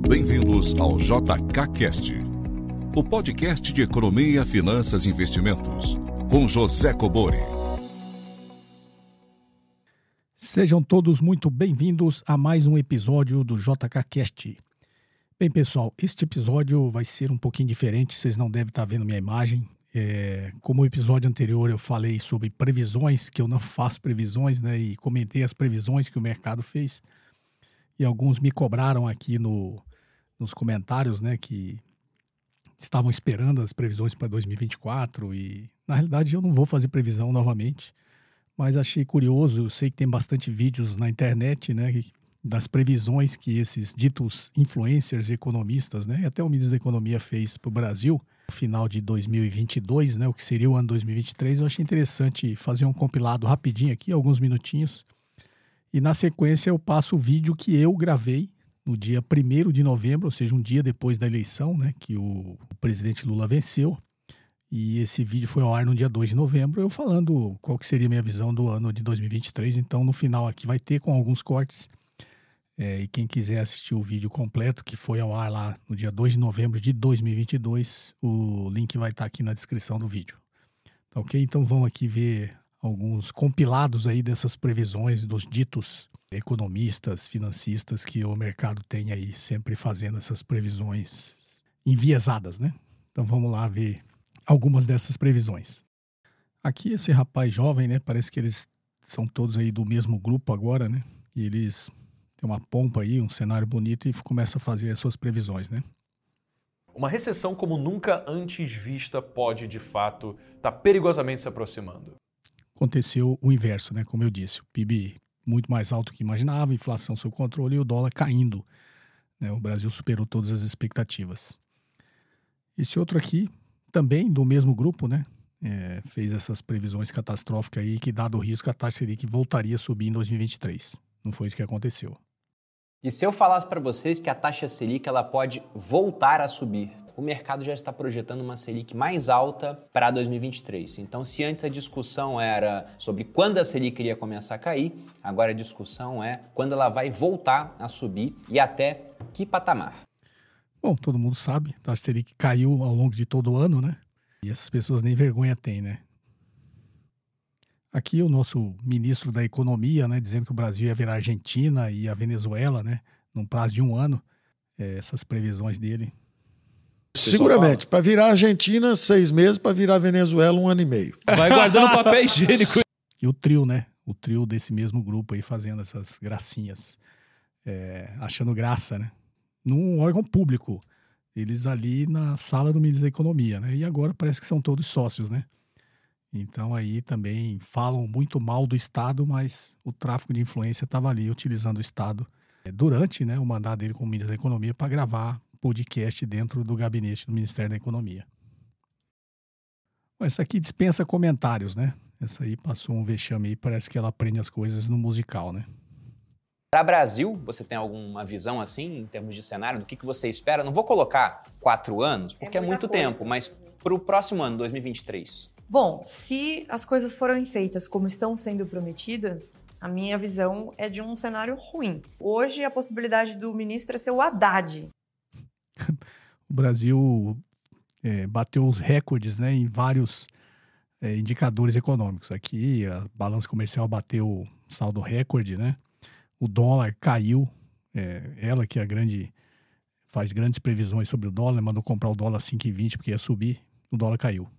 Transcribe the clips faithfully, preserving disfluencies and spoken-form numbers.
Bem-vindos ao J K Cast, o podcast de economia, finanças e investimentos, com José Cobori. Sejam todos muito bem-vindos a mais um episódio do J K Cast. Bem, pessoal, este episódio vai ser um pouquinho diferente, vocês não devem estar vendo minha imagem. É, como o episódio anterior eu falei sobre previsões, que eu não faço previsões, né, e comentei as previsões que o mercado fez, e alguns me cobraram aqui no, nos comentários, né, que estavam esperando as previsões para dois mil e vinte e quatro, e na realidade eu não vou fazer previsão novamente, mas achei curioso. Eu sei que tem bastante vídeos na internet, né, das previsões que esses ditos influencers e economistas, né, e até o ministro da Economia fez para o Brasil, no final de dois mil e vinte e dois, né, o que seria o ano dois mil e vinte e três. Eu achei interessante fazer um compilado rapidinho aqui, alguns minutinhos, e na sequência eu passo o vídeo que eu gravei no dia primeiro de novembro, ou seja, um dia depois da eleição, né, que o presidente Lula venceu. E esse vídeo foi ao ar no dia dois de novembro, eu falando qual que seria a minha visão do ano de dois mil e vinte e três. Então, no final aqui vai ter com alguns cortes. É, e quem quiser assistir o vídeo completo, que foi ao ar lá no dia dois de novembro de dois mil e vinte e dois, o link vai estar aqui na descrição do vídeo. Tá ok? Então vamos aqui ver alguns compilados aí dessas previsões dos ditos economistas, financistas, que o mercado tem aí sempre fazendo essas previsões enviesadas, né? Então vamos lá ver algumas dessas previsões. Aqui esse rapaz jovem, né? Parece que eles são todos aí do mesmo grupo agora, né? E eles têm uma pompa aí, um cenário bonito, e começam a fazer as suas previsões, né? Uma recessão como nunca antes vista pode, de fato, estar perigosamente se aproximando. Aconteceu o inverso, né? Como eu disse, o P I B muito mais alto do que imaginava, inflação sob controle e o dólar caindo, né? O Brasil superou todas as expectativas. Esse outro aqui, também do mesmo grupo, né? É, fez essas previsões catastróficas aí, que dado o risco a taxa Selic voltaria a subir em dois mil e vinte e três. Não foi isso que aconteceu. E se eu falasse para vocês que a taxa Selic ela pode voltar a subir? O mercado já está projetando uma Selic mais alta para dois mil e vinte e três. Então, se antes a discussão era sobre quando a Selic iria começar a cair, agora a discussão é quando ela vai voltar a subir e até que patamar. Bom, todo mundo sabe, a taxa Selic caiu ao longo de todo o ano, né? E essas pessoas nem vergonha têm, né? Aqui o nosso ministro da Economia, né, dizendo que o Brasil ia virar a Argentina e a Venezuela, né, num prazo de um ano. É, essas previsões dele. Seguramente, para virar a Argentina, seis meses, para virar a Venezuela, um ano e meio. Vai guardando papel higiênico. E o trio, né? O trio desse mesmo grupo aí fazendo essas gracinhas, é, achando graça, né? Num órgão público. Eles ali na sala do ministro da Economia, né? E agora parece que são todos sócios, né? Então aí também falam muito mal do Estado, mas o tráfico de influência estava ali utilizando o Estado durante, né, o mandato dele como ministro da Economia para gravar podcast dentro do gabinete do Ministério da Economia. Bom, essa aqui dispensa comentários, né? Essa aí passou um vexame aí, parece que ela aprende as coisas no musical, né? Para o Brasil, você tem alguma visão assim, em termos de cenário, do que, que você espera? Não vou colocar quatro anos, porque é, é muito coisa. tempo, mas para o próximo ano, dois mil e vinte e três. Bom, se as coisas forem feitas como estão sendo prometidas, a minha visão é de um cenário ruim. Hoje, a possibilidade do ministro é ser o Haddad. O Brasil é, bateu os recordes, né, em vários é, indicadores econômicos. Aqui, a balança comercial bateu saldo recorde, né? O dólar caiu. É, ela, que é a grande, faz grandes previsões sobre o dólar, mandou comprar o dólar a cinco e vinte porque ia subir, o dólar caiu.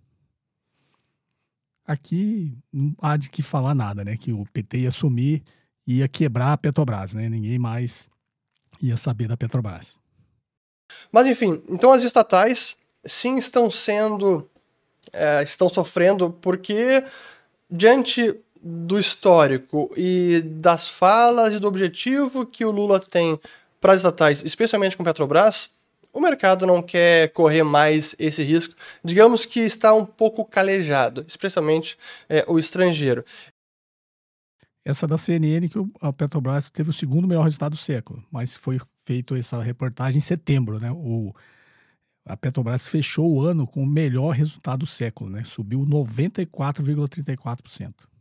Aqui não há de que falar nada, né? Que o P T ia sumir e ia quebrar a Petrobras, né? Ninguém mais ia saber da Petrobras. Mas enfim, então as estatais sim estão sendo, é, estão sofrendo porque diante do histórico e das falas e do objetivo que o Lula tem para as estatais, especialmente com Petrobras, o mercado não quer correr mais esse risco. Digamos que está um pouco calejado, especialmente é, o estrangeiro. Essa da C N N, que a Petrobras teve o segundo melhor resultado do século, mas foi feito essa reportagem em setembro, né? O, a Petrobras fechou o ano com o melhor resultado do século, né? Subiu noventa e quatro vírgula trinta e quatro por cento.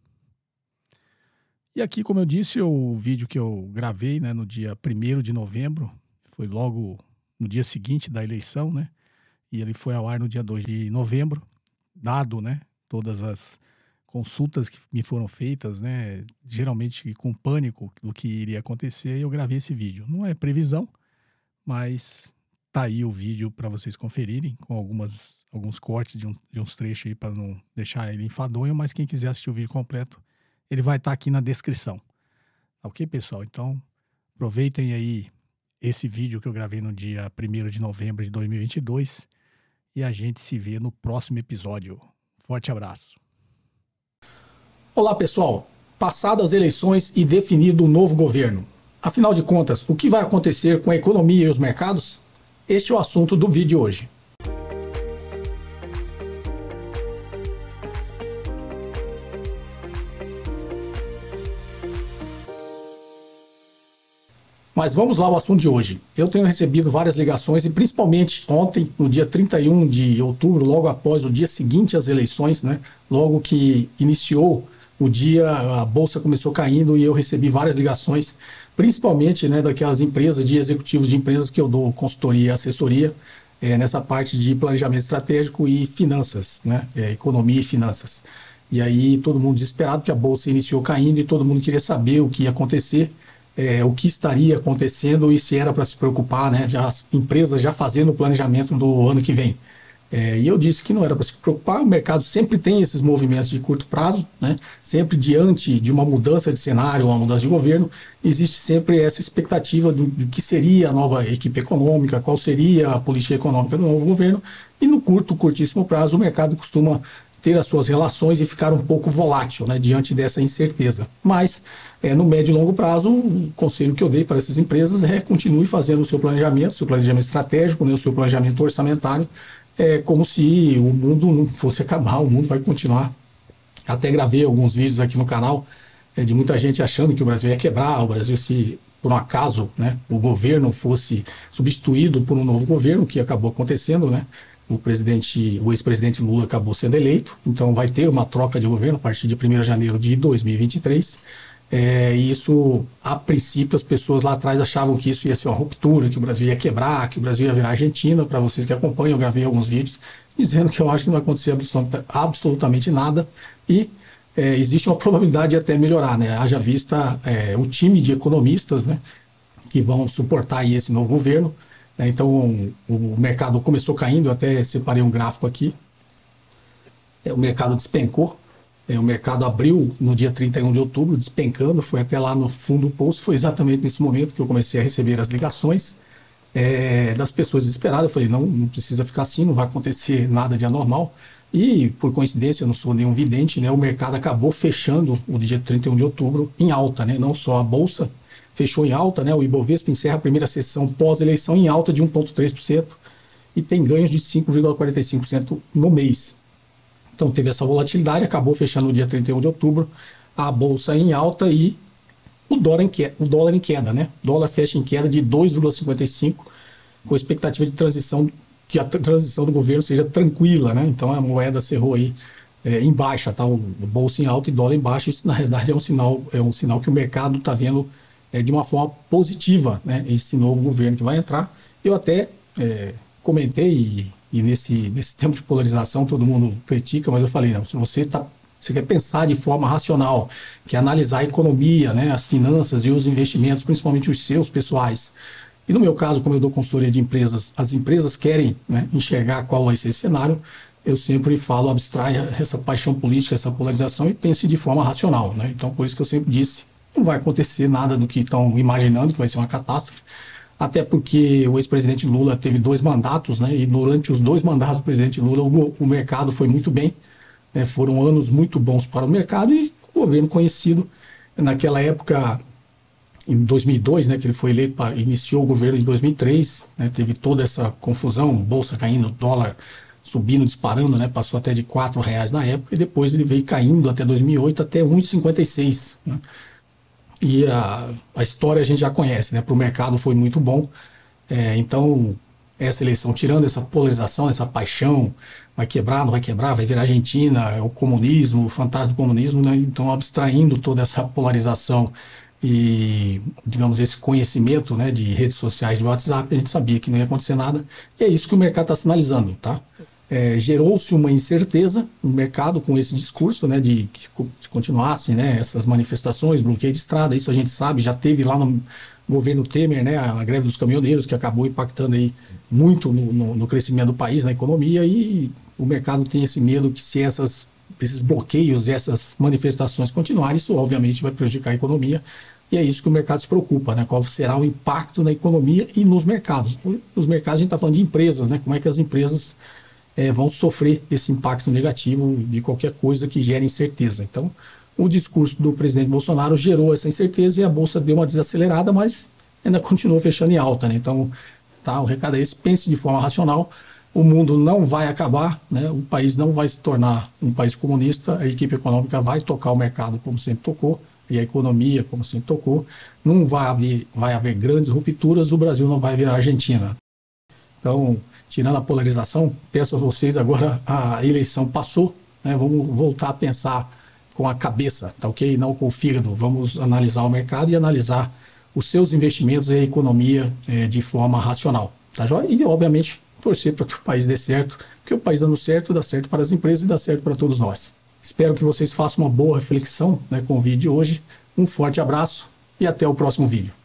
E aqui, como eu disse, o vídeo que eu gravei, né, no dia primeiro de novembro, foi logo no dia seguinte da eleição, né? E ele foi ao ar no dia dois de novembro, dado, né, todas as consultas que me foram feitas, né, geralmente com pânico do que iria acontecer, eu gravei esse vídeo. Não é previsão, mas tá aí o vídeo para vocês conferirem, com algumas, alguns cortes de, um, de uns trechos aí para não deixar ele enfadonho, mas quem quiser assistir o vídeo completo, ele vai estar tá aqui na descrição. Ok, pessoal? Então, aproveitem aí esse vídeo que eu gravei no dia primeiro de novembro de dois mil e vinte e dois e a gente se vê no próximo episódio. Forte abraço. Olá, pessoal. Passadas as eleições e definido o novo governo. Afinal de contas, o que vai acontecer com a economia e os mercados? Este é o assunto do vídeo de hoje. Mas vamos lá ao assunto de hoje. Eu tenho recebido várias ligações e principalmente ontem, no dia trinta e um de outubro, logo após o dia seguinte às eleições, né? Logo que iniciou o dia, a bolsa começou caindo e eu recebi várias ligações, principalmente, né, daquelas empresas, de executivos de empresas que eu dou consultoria e assessoria é, nessa parte de planejamento estratégico e finanças, né? É, economia e finanças. E aí todo mundo desesperado porque a bolsa iniciou caindo e todo mundo queria saber o que ia acontecer. É, o que estaria acontecendo e se era para se preocupar, né? Já, as empresas já fazendo o planejamento do ano que vem. É, e eu disse que não era para se preocupar, o mercado sempre tem esses movimentos de curto prazo, né? Sempre diante de uma mudança de cenário, uma mudança de governo, existe sempre essa expectativa do, do que seria a nova equipe econômica, qual seria a política econômica do novo governo, e no curto, curtíssimo prazo, o mercado costuma ter as suas relações e ficar um pouco volátil, né, diante dessa incerteza. Mas, é, no médio e longo prazo, o conselho que eu dei para essas empresas é continue fazendo o seu planejamento, seu planejamento estratégico, né, o seu planejamento orçamentário, é, como se o mundo não fosse acabar, o mundo vai continuar. Até gravei alguns vídeos aqui no canal é, de muita gente achando que o Brasil ia quebrar, o Brasil, se por um acaso, né, o governo fosse substituído por um novo governo, que acabou acontecendo, né? O presidente, o ex-presidente Lula acabou sendo eleito, então vai ter uma troca de governo a partir de primeiro de janeiro de dois mil e vinte e três. É, e isso, a princípio, as pessoas lá atrás achavam que isso ia ser uma ruptura, que o Brasil ia quebrar, que o Brasil ia virar Argentina. Para vocês que acompanham, eu gravei alguns vídeos dizendo que eu acho que não vai acontecer absolutamente nada e é, existe uma probabilidade de até melhorar, né? Haja vista é, o time de economistas, né, que vão suportar aí esse novo governo. Então o mercado começou caindo, eu até separei um gráfico aqui, o mercado despencou, o mercado abriu no dia trinta e um de outubro, despencando, foi até lá no fundo do poço, foi exatamente nesse momento que eu comecei a receber as ligações é, das pessoas desesperadas. Eu falei, não, não precisa ficar assim, não vai acontecer nada de anormal, e por coincidência, eu não sou nenhum vidente, né, o mercado acabou fechando o dia trinta e um de outubro em alta, né, não só a bolsa, fechou em alta, né? O Ibovespa encerra a primeira sessão pós-eleição em alta de um vírgula três por cento e tem ganhos de cinco vírgula quarenta e cinco por cento no mês. Então teve essa volatilidade, acabou fechando no dia trinta e um de outubro, a bolsa em alta e o dólar em queda, o dólar em queda, né? O dólar fecha em queda de dois vírgula cinquenta e cinco por cento, com expectativa de transição, que a transição do governo seja tranquila, né? Então a moeda cerrou aí é, em baixa, tá? O bolsa em alta e dólar em baixa. Isso na realidade é um sinal, é um sinal que o mercado está vendo É, de uma forma positiva, né, esse novo governo que vai entrar. Eu até é, comentei, e, e nesse, nesse tempo de polarização todo mundo critica, mas eu falei, não, se você, tá, você quer pensar de forma racional, quer analisar a economia, né, as finanças e os investimentos, principalmente os seus pessoais, e no meu caso, como eu dou consultoria de empresas, as empresas querem, né, enxergar qual vai ser esse cenário, eu sempre falo, abstraia essa paixão política, essa polarização e pense de forma racional, né? Então por isso que eu sempre disse, não vai acontecer nada do que estão imaginando, que vai ser uma catástrofe, até porque o ex-presidente Lula teve dois mandatos, né, e durante os dois mandatos do presidente Lula o, o mercado foi muito bem, né, foram anos muito bons para o mercado e o governo conhecido, naquela época, em dois mil e dois, né, que ele foi eleito, pra, iniciou o governo em dois mil e três, né, teve toda essa confusão, bolsa caindo, dólar subindo, disparando, né, passou até de quatro reais na época e depois ele veio caindo até dois mil e oito até um vírgula cinquenta e seis, né. E a, a história a gente já conhece, né? Para o mercado foi muito bom. É, então, essa eleição, tirando essa polarização, essa paixão, vai quebrar, não vai quebrar, vai virar Argentina, é o comunismo, o fantasma do comunismo, né? Então, abstraindo toda essa polarização e, digamos, esse conhecimento, né, de redes sociais, de WhatsApp, a gente sabia que não ia acontecer nada, e é isso que o mercado está sinalizando, tá? É, gerou-se uma incerteza no mercado com esse discurso, né, de que se continuassem, né, essas manifestações, bloqueio de estrada, isso a gente sabe, já teve lá no governo Temer, né, a greve dos caminhoneiros, que acabou impactando aí muito no, no, no crescimento do país, na economia, e o mercado tem esse medo que se essas, esses bloqueios e essas manifestações continuarem, isso obviamente vai prejudicar a economia, e é isso que o mercado se preocupa, né, qual será o impacto na economia e nos mercados. Nos mercados a gente está falando de empresas, né, como é que as empresas É, vão sofrer esse impacto negativo de qualquer coisa que gere incerteza. Então, o discurso do presidente Bolsonaro gerou essa incerteza e a Bolsa deu uma desacelerada, mas ainda continuou fechando em alta, né? Então, tá, o recado é esse, pense de forma racional, o mundo não vai acabar, né? O país não vai se tornar um país comunista, a equipe econômica vai tocar o mercado como sempre tocou, e a economia como sempre tocou, não vai haver, vai haver grandes rupturas, o Brasil não vai virar Argentina. Então, tirando a polarização, peço a vocês agora, a eleição passou, né, vamos voltar a pensar com a cabeça, tá ok? Não com o fígado. Vamos analisar o mercado e analisar os seus investimentos e a economia é, de forma racional, tá joia? E, obviamente, torcer para que o país dê certo, porque o país dando certo, dá certo para as empresas e dá certo para todos nós. Espero que vocês façam uma boa reflexão, né, com o vídeo de hoje. Um forte abraço e até o próximo vídeo.